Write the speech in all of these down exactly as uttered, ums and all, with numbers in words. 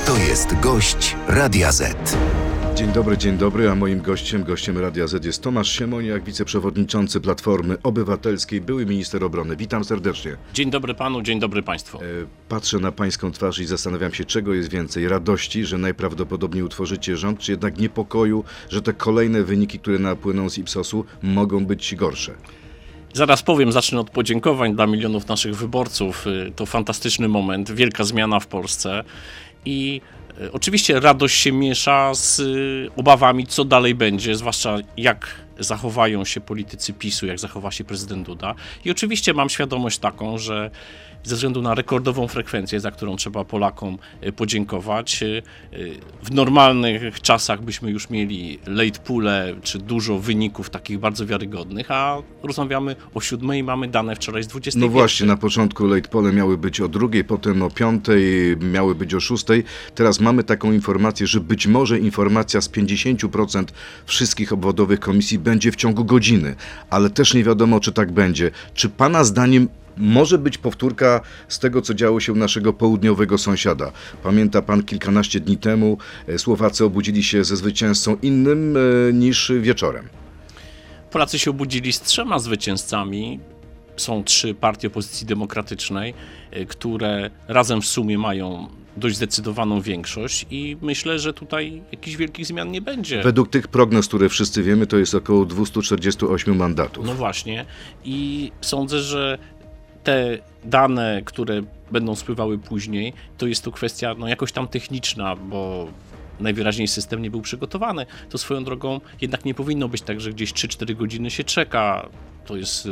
To jest gość Radia Z. Dzień dobry, dzień dobry, a moim gościem, gościem Radia Z jest Tomasz Siemoniak, wiceprzewodniczący Platformy Obywatelskiej, były minister obrony. Witam serdecznie. Dzień dobry panu, dzień dobry państwu. Patrzę na pańską twarz i zastanawiam się, czego jest więcej. Radości, że najprawdopodobniej utworzycie rząd, czy jednak niepokoju, że te kolejne wyniki, które napłyną z Ipsosu, mogą być gorsze? Zaraz powiem, zacznę od podziękowań dla milionów naszych wyborców. To fantastyczny moment, wielka zmiana w Polsce i oczywiście radość się miesza z obawami, co dalej będzie, zwłaszcza jak zachowają się politycy PiSu, jak zachowa się prezydent Duda. I oczywiście mam świadomość taką, że ze względu na rekordową frekwencję, za którą trzeba Polakom podziękować, w normalnych czasach byśmy już mieli late poole, czy dużo wyników takich bardzo wiarygodnych, a rozmawiamy o siódmej i mamy dane wczoraj z dwudziestej pierwszej. No właśnie, na początku late poole miały być o drugiej, potem o piątej, miały być o szóstej. Teraz mamy taką informację, że być może informacja z pięćdziesiąt procent wszystkich obwodowych komisji będzie w ciągu godziny, ale też nie wiadomo, czy tak będzie. Czy pana zdaniem może być powtórka z tego, co działo się u naszego południowego sąsiada? Pamięta pan, kilkanaście dni temu Słowacy obudzili się ze zwycięzcą innym e, niż wieczorem. Polacy się obudzili z trzema zwycięzcami. Są trzy partie opozycji demokratycznej, które razem w sumie mają dość zdecydowaną większość i myślę, że tutaj jakichś wielkich zmian nie będzie. Według tych prognoz, które wszyscy wiemy, to jest około dwieście czterdzieści osiem mandatów. No właśnie i sądzę, że te dane, które będą spływały później, to jest to kwestia no, jakoś tam techniczna, bo najwyraźniej system nie był przygotowany. To swoją drogą jednak nie powinno być tak, że gdzieś trzy cztery godziny się czeka. To jest,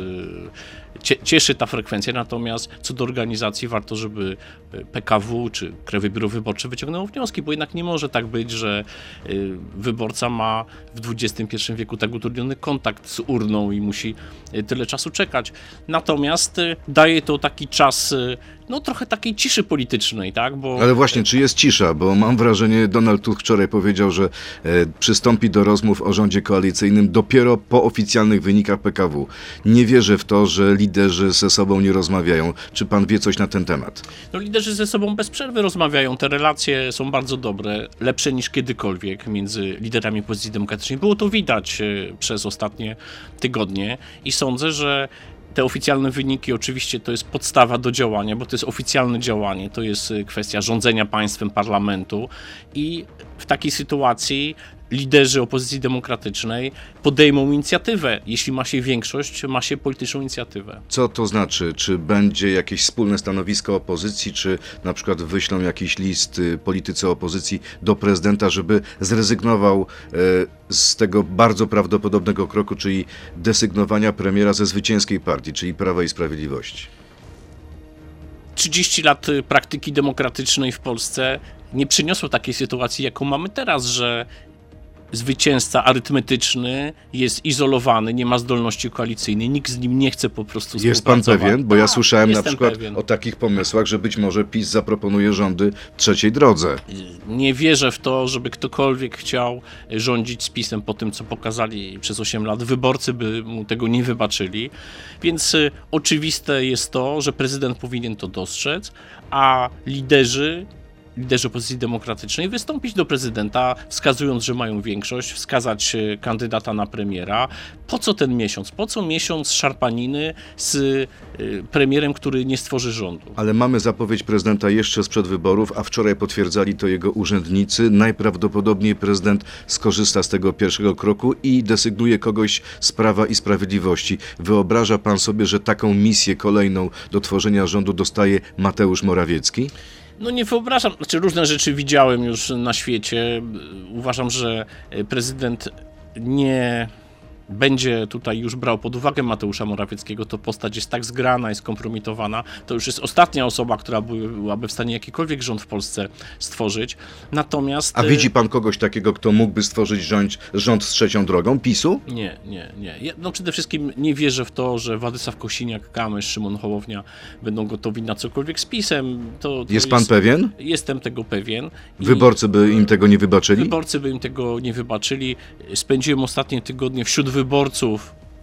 cieszy ta frekwencja, natomiast co do organizacji warto, żeby P K W czy Krajowe Biuro Wyborcze wyciągnęło wnioski, bo jednak nie może tak być, że wyborca ma w dwudziestym pierwszym wieku tak utrudniony kontakt z urną i musi tyle czasu czekać. Natomiast daje to taki czas, no trochę takiej ciszy politycznej, tak? Bo... Ale właśnie, czy jest cisza? Bo mam wrażenie, Donald Tusk wczoraj powiedział, że e, przystąpi do rozmów o rządzie koalicyjnym dopiero po oficjalnych wynikach P K W. Nie wierzę w to, że liderzy ze sobą nie rozmawiają. Czy pan wie coś na ten temat? No liderzy ze sobą bez przerwy rozmawiają. Te relacje są bardzo dobre, lepsze niż kiedykolwiek między liderami opozycji demokratycznej. Było to widać przez ostatnie tygodnie i sądzę, że te oficjalne wyniki oczywiście to jest podstawa do działania, bo to jest oficjalne działanie, to jest kwestia rządzenia państwem, parlamentu i w takiej sytuacji liderzy opozycji demokratycznej podejmą inicjatywę. Jeśli ma się większość, ma się polityczną inicjatywę. Co to znaczy? Czy będzie jakieś wspólne stanowisko opozycji, czy na przykład wyślą jakiś list politycy opozycji do prezydenta, żeby zrezygnował e, z tego bardzo prawdopodobnego kroku, czyli desygnowania premiera ze zwycięskiej partii, czyli Prawa i Sprawiedliwości? trzydzieści lat praktyki demokratycznej w Polsce nie przyniosło takiej sytuacji, jaką mamy teraz, że zwycięzca arytmetyczny jest izolowany, nie ma zdolności koalicyjnej, nikt z nim nie chce po prostu współpracować. Jest pan pewien? Bo ja A, słyszałem na przykład pewien. o takich pomysłach, że być może PiS zaproponuje rządy trzeciej drodze. Nie wierzę w to, żeby ktokolwiek chciał rządzić z PiS-em po tym, co pokazali przez osiem lat. Wyborcy by mu tego nie wybaczyli. Więc y, oczywiste jest to, że prezydent powinien to dostrzec, a liderzy liderzy opozycji demokratycznej wystąpić do prezydenta, wskazując, że mają większość, wskazać kandydata na premiera. Po co ten miesiąc? Po co miesiąc szarpaniny z premierem, który nie stworzy rządu? Ale mamy zapowiedź prezydenta jeszcze sprzed wyborów, a wczoraj potwierdzali to jego urzędnicy. Najprawdopodobniej prezydent skorzysta z tego pierwszego kroku i desygnuje kogoś z Prawa i Sprawiedliwości. Wyobraża pan sobie, że taką misję kolejną do tworzenia rządu dostaje Mateusz Morawiecki? No nie wyobrażam, znaczy różne rzeczy widziałem już na świecie. Uważam, że prezydent nie będzie tutaj już brał pod uwagę Mateusza Morawieckiego, to postać jest tak zgrana i skompromitowana, to już jest ostatnia osoba, która byłaby w stanie jakikolwiek rząd w Polsce stworzyć. Natomiast... A widzi pan kogoś takiego, kto mógłby stworzyć rząd, rząd z trzecią drogą, PiSu? Nie, nie, nie. Ja, no przede wszystkim nie wierzę w to, że Władysław Kosiniak-Kamysz, Szymon Hołownia będą gotowi na cokolwiek z PiS-em. To, to jest pan jest, pewien? Jestem tego pewien. I wyborcy by im tego nie wybaczyli? Wyborcy by im tego nie wybaczyli. Spędziłem ostatnie tygodnie wśród wyborców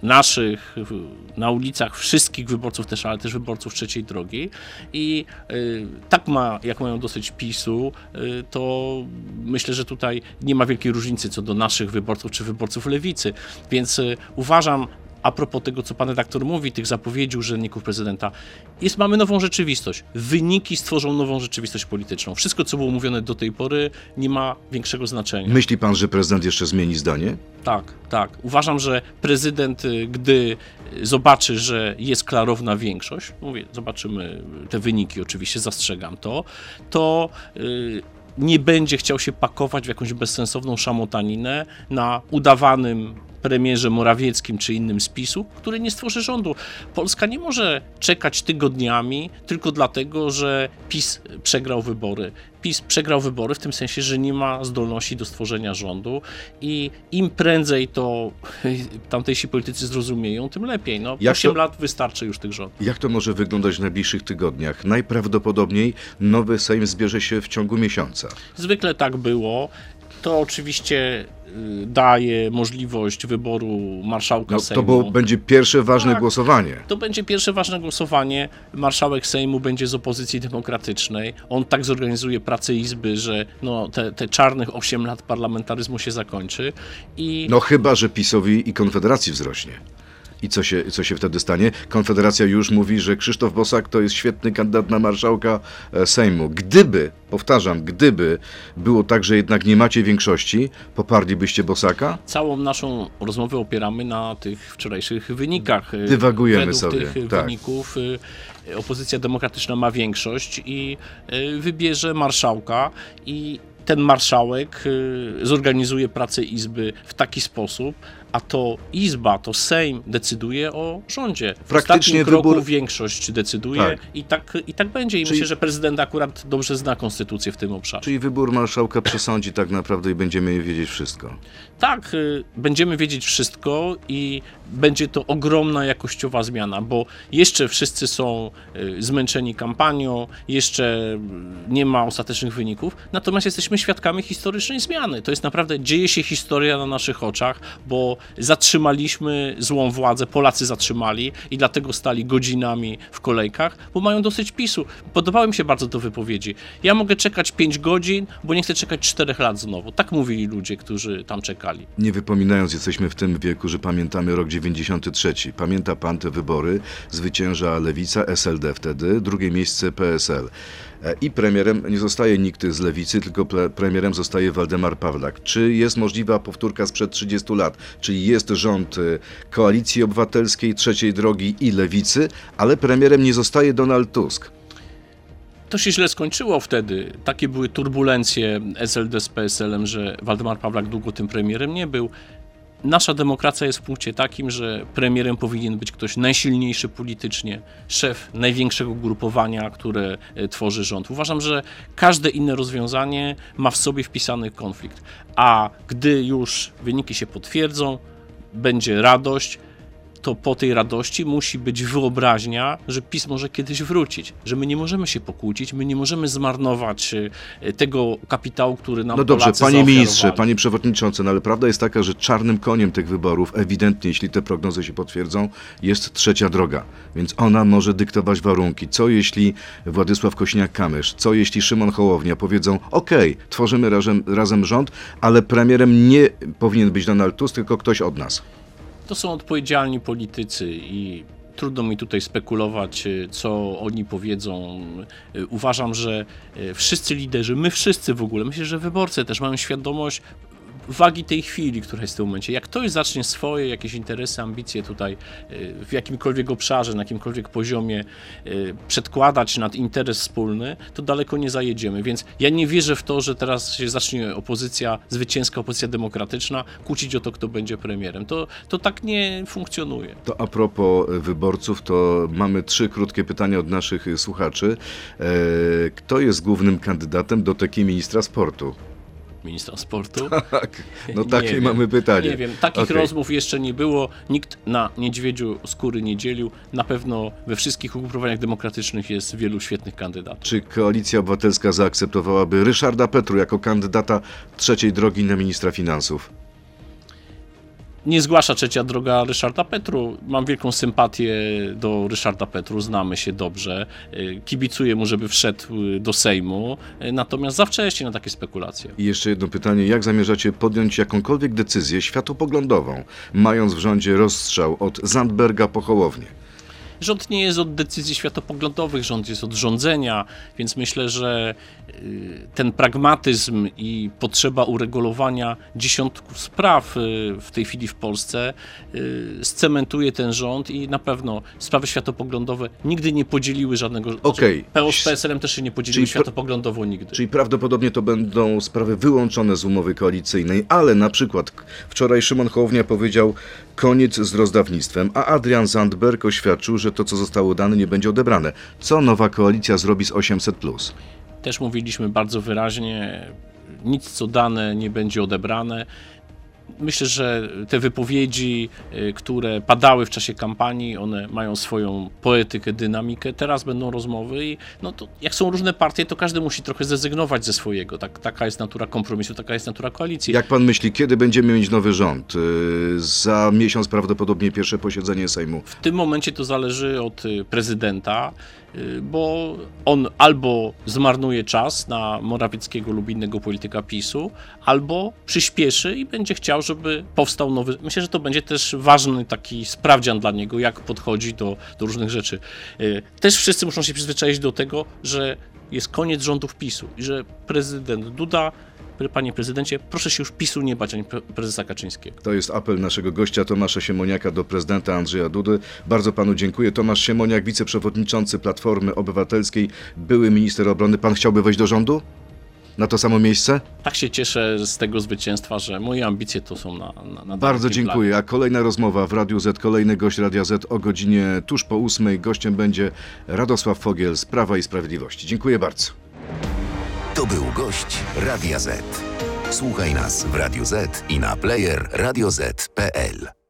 naszych, na ulicach wszystkich wyborców też, ale też wyborców trzeciej drogi i y, tak ma, jak mają dosyć PiSu, y, to myślę, że tutaj nie ma wielkiej różnicy co do naszych wyborców czy wyborców lewicy, więc y, uważam, a propos tego, co pan redaktor mówi, tych zapowiedzi urzędników prezydenta, jest, mamy nową rzeczywistość. Wyniki stworzą nową rzeczywistość polityczną. Wszystko, co było mówione do tej pory, nie ma większego znaczenia. Myśli pan, że prezydent jeszcze zmieni zdanie? Tak, tak. Uważam, że prezydent, gdy zobaczy, że jest klarowna większość, mówię, zobaczymy te wyniki, oczywiście zastrzegam to, to yy, nie będzie chciał się pakować w jakąś bezsensowną szamotaninę na udawanym premierze Morawieckim czy innym z PiSu, który nie stworzy rządu. Polska nie może czekać tygodniami tylko dlatego, że PiS przegrał wybory. PiS przegrał wybory w tym sensie, że nie ma zdolności do stworzenia rządu i im prędzej to tamtejsi politycy zrozumieją, tym lepiej. No, osiem to, lat wystarczy już tych rządów. Jak to może wyglądać w najbliższych tygodniach? Najprawdopodobniej nowy Sejm zbierze się w ciągu miesiąca. Zwykle tak było. To oczywiście daje możliwość wyboru marszałka no, Sejmu. To było, będzie pierwsze ważne tak, głosowanie. To będzie pierwsze ważne głosowanie. Marszałek Sejmu będzie z opozycji demokratycznej. On tak zorganizuje pracę Izby, że no, te, te czarnych osiem lat parlamentaryzmu się zakończy. I... No chyba, że PiS-owi i Konfederacji wzrośnie. I co się, co się wtedy stanie? Konfederacja już mówi, że Krzysztof Bosak to jest świetny kandydat na marszałka Sejmu. Gdyby, powtarzam, gdyby było tak, że jednak nie macie większości, poparlibyście Bosaka? Całą naszą rozmowę opieramy na tych wczorajszych wynikach. Dywagujemy Według sobie. tych tak. wyników opozycja demokratyczna ma większość i wybierze marszałka i ten marszałek zorganizuje pracę Izby w taki sposób, a to Izba, to Sejm decyduje o rządzie. W Praktycznie ostatnim kroku wybór... większość decyduje tak. I, tak, i tak będzie. I Czyli... myślę, że prezydent akurat dobrze zna konstytucję w tym obszarze. Czyli wybór marszałka przesądzi tak naprawdę i będziemy wiedzieć wszystko. Tak, y, będziemy wiedzieć wszystko i będzie to ogromna jakościowa zmiana, bo jeszcze wszyscy są y, zmęczeni kampanią, jeszcze nie ma ostatecznych wyników, natomiast jesteśmy świadkami historycznej zmiany. To jest naprawdę, dzieje się historia na naszych oczach, bo zatrzymaliśmy złą władzę, Polacy zatrzymali i dlatego stali godzinami w kolejkach, bo mają dosyć PiSu. Podobały mi się bardzo te wypowiedzi. Ja mogę czekać pięć godzin, bo nie chcę czekać czterech lat znowu. Tak mówili ludzie, którzy tam czekali. Nie wypominając, jesteśmy w tym wieku, że pamiętamy rok dziewięćdziesiąty trzeci. Pamięta pan te wybory? Zwycięża Lewica, S L D wtedy, drugie miejsce P S L. I premierem nie zostaje nikt z Lewicy, tylko premierem zostaje Waldemar Pawlak. Czy jest możliwa powtórka sprzed trzydziestu lat? Czyli jest rząd Koalicji Obywatelskiej, Trzeciej Drogi i Lewicy, ale premierem nie zostaje Donald Tusk. To się źle skończyło wtedy. Takie były turbulencje S L D z P S L-em, że Waldemar Pawlak długo tym premierem nie był. Nasza demokracja jest w punkcie takim, że premierem powinien być ktoś najsilniejszy politycznie, szef największego ugrupowania, które tworzy rząd. Uważam, że każde inne rozwiązanie ma w sobie wpisany konflikt. A gdy już wyniki się potwierdzą, będzie radość, to po tej radości musi być wyobraźnia, że PiS może kiedyś wrócić, że my nie możemy się pokłócić, my nie możemy zmarnować tego kapitału, który nam No dobrze, Polacy panie ministrze, zaoferowali. panie przewodniczący, no ale prawda jest taka, że czarnym koniem tych wyborów, ewidentnie, jeśli te prognozy się potwierdzą, jest Trzecia Droga, więc ona może dyktować warunki. Co jeśli Władysław Kosiniak-Kamysz, co jeśli Szymon Hołownia powiedzą, okej, okay, tworzymy razem, razem rząd, ale premierem nie powinien być Donald Tusk, tylko ktoś od nas. To są odpowiedzialni politycy i trudno mi tutaj spekulować, co oni powiedzą. Uważam, że wszyscy liderzy, my wszyscy w ogóle, myślę, że wyborcy też mają świadomość wagi tej chwili, która jest w tym momencie. Jak ktoś zacznie swoje jakieś interesy, ambicje tutaj w jakimkolwiek obszarze, na jakimkolwiek poziomie przedkładać nad interes wspólny, to daleko nie zajedziemy. Więc ja nie wierzę w to, że teraz się zacznie opozycja, zwycięska opozycja demokratyczna, kłócić o to, kto będzie premierem. To, to tak nie funkcjonuje. To a propos wyborców, to mamy trzy krótkie pytania od naszych słuchaczy. Kto jest głównym kandydatem do teki ministra sportu? Ministra sportu. Tak, no takie mamy pytanie. Nie wiem, takich okay. rozmów jeszcze nie było. Nikt na niedźwiedziu skóry nie dzielił. Na pewno we wszystkich ugrupowaniach demokratycznych jest wielu świetnych kandydatów. Czy Koalicja Obywatelska zaakceptowałaby Ryszarda Petru jako kandydata Trzeciej Drogi na ministra finansów? nie zgłasza trzecia droga Ryszarda Petru. Mam wielką sympatię do Ryszarda Petru, znamy się dobrze. Kibicuję mu, żeby wszedł do Sejmu, natomiast za wcześnie na takie spekulacje. I jeszcze jedno pytanie, jak zamierzacie podjąć jakąkolwiek decyzję światopoglądową, mając w rządzie rozstrzał od Zandberga po Hołownię? Rząd nie jest od decyzji światopoglądowych, rząd jest od rządzenia, więc myślę, że ten pragmatyzm i potrzeba uregulowania dziesiątków spraw w tej chwili w Polsce scementuje ten rząd i na pewno sprawy światopoglądowe nigdy nie podzieliły żadnego... Okej. P O z P S L-em też się nie podzieliły Czyli światopoglądowo nigdy. Czyli prawdopodobnie to będą sprawy wyłączone z umowy koalicyjnej, ale na przykład wczoraj Szymon Hołownia powiedział koniec z rozdawnictwem, a Adrian Zandberg oświadczył, że to, co zostało dane, nie będzie odebrane. Co nowa koalicja zrobi z osiemset plus? Też mówiliśmy bardzo wyraźnie, nic co dane nie będzie odebrane. Myślę, że te wypowiedzi, które padały w czasie kampanii, one mają swoją poetykę, dynamikę. Teraz będą rozmowy i no to jak są różne partie, to każdy musi trochę zrezygnować ze swojego. Tak, taka jest natura kompromisu, taka jest natura koalicji. Jak pan myśli, kiedy będziemy mieć nowy rząd? Yy, za miesiąc prawdopodobnie pierwsze posiedzenie Sejmu. W tym momencie to zależy od prezydenta, bo on albo zmarnuje czas na Morawieckiego lub innego polityka PiSu, albo przyspieszy i będzie chciał, żeby powstał nowy... Myślę, że to będzie też ważny taki sprawdzian dla niego, jak podchodzi do, do różnych rzeczy. Też wszyscy muszą się przyzwyczaić do tego, że jest koniec rządów PiSu i że prezydent Duda, panie prezydencie, proszę się już PiSu nie bać, ani prezesa Kaczyńskiego. To jest apel naszego gościa Tomasza Siemoniaka do prezydenta Andrzeja Dudy. Bardzo panu dziękuję. Tomasz Siemoniak, wiceprzewodniczący Platformy Obywatelskiej, były minister obrony. Pan chciałby wejść do rządu? Na to samo miejsce? Tak się cieszę z tego zwycięstwa, że moje ambicje to są na... na, na Bardzo dziękuję. planie. A kolejna rozmowa w Radiu Z, kolejny gość Radia Z o godzinie tuż po ósmej. Gościem będzie Radosław Fogiel z Prawa i Sprawiedliwości. Dziękuję bardzo. To był gość Radia Z. Słuchaj nas w Radiu Z i na player radio zet kropka pe el.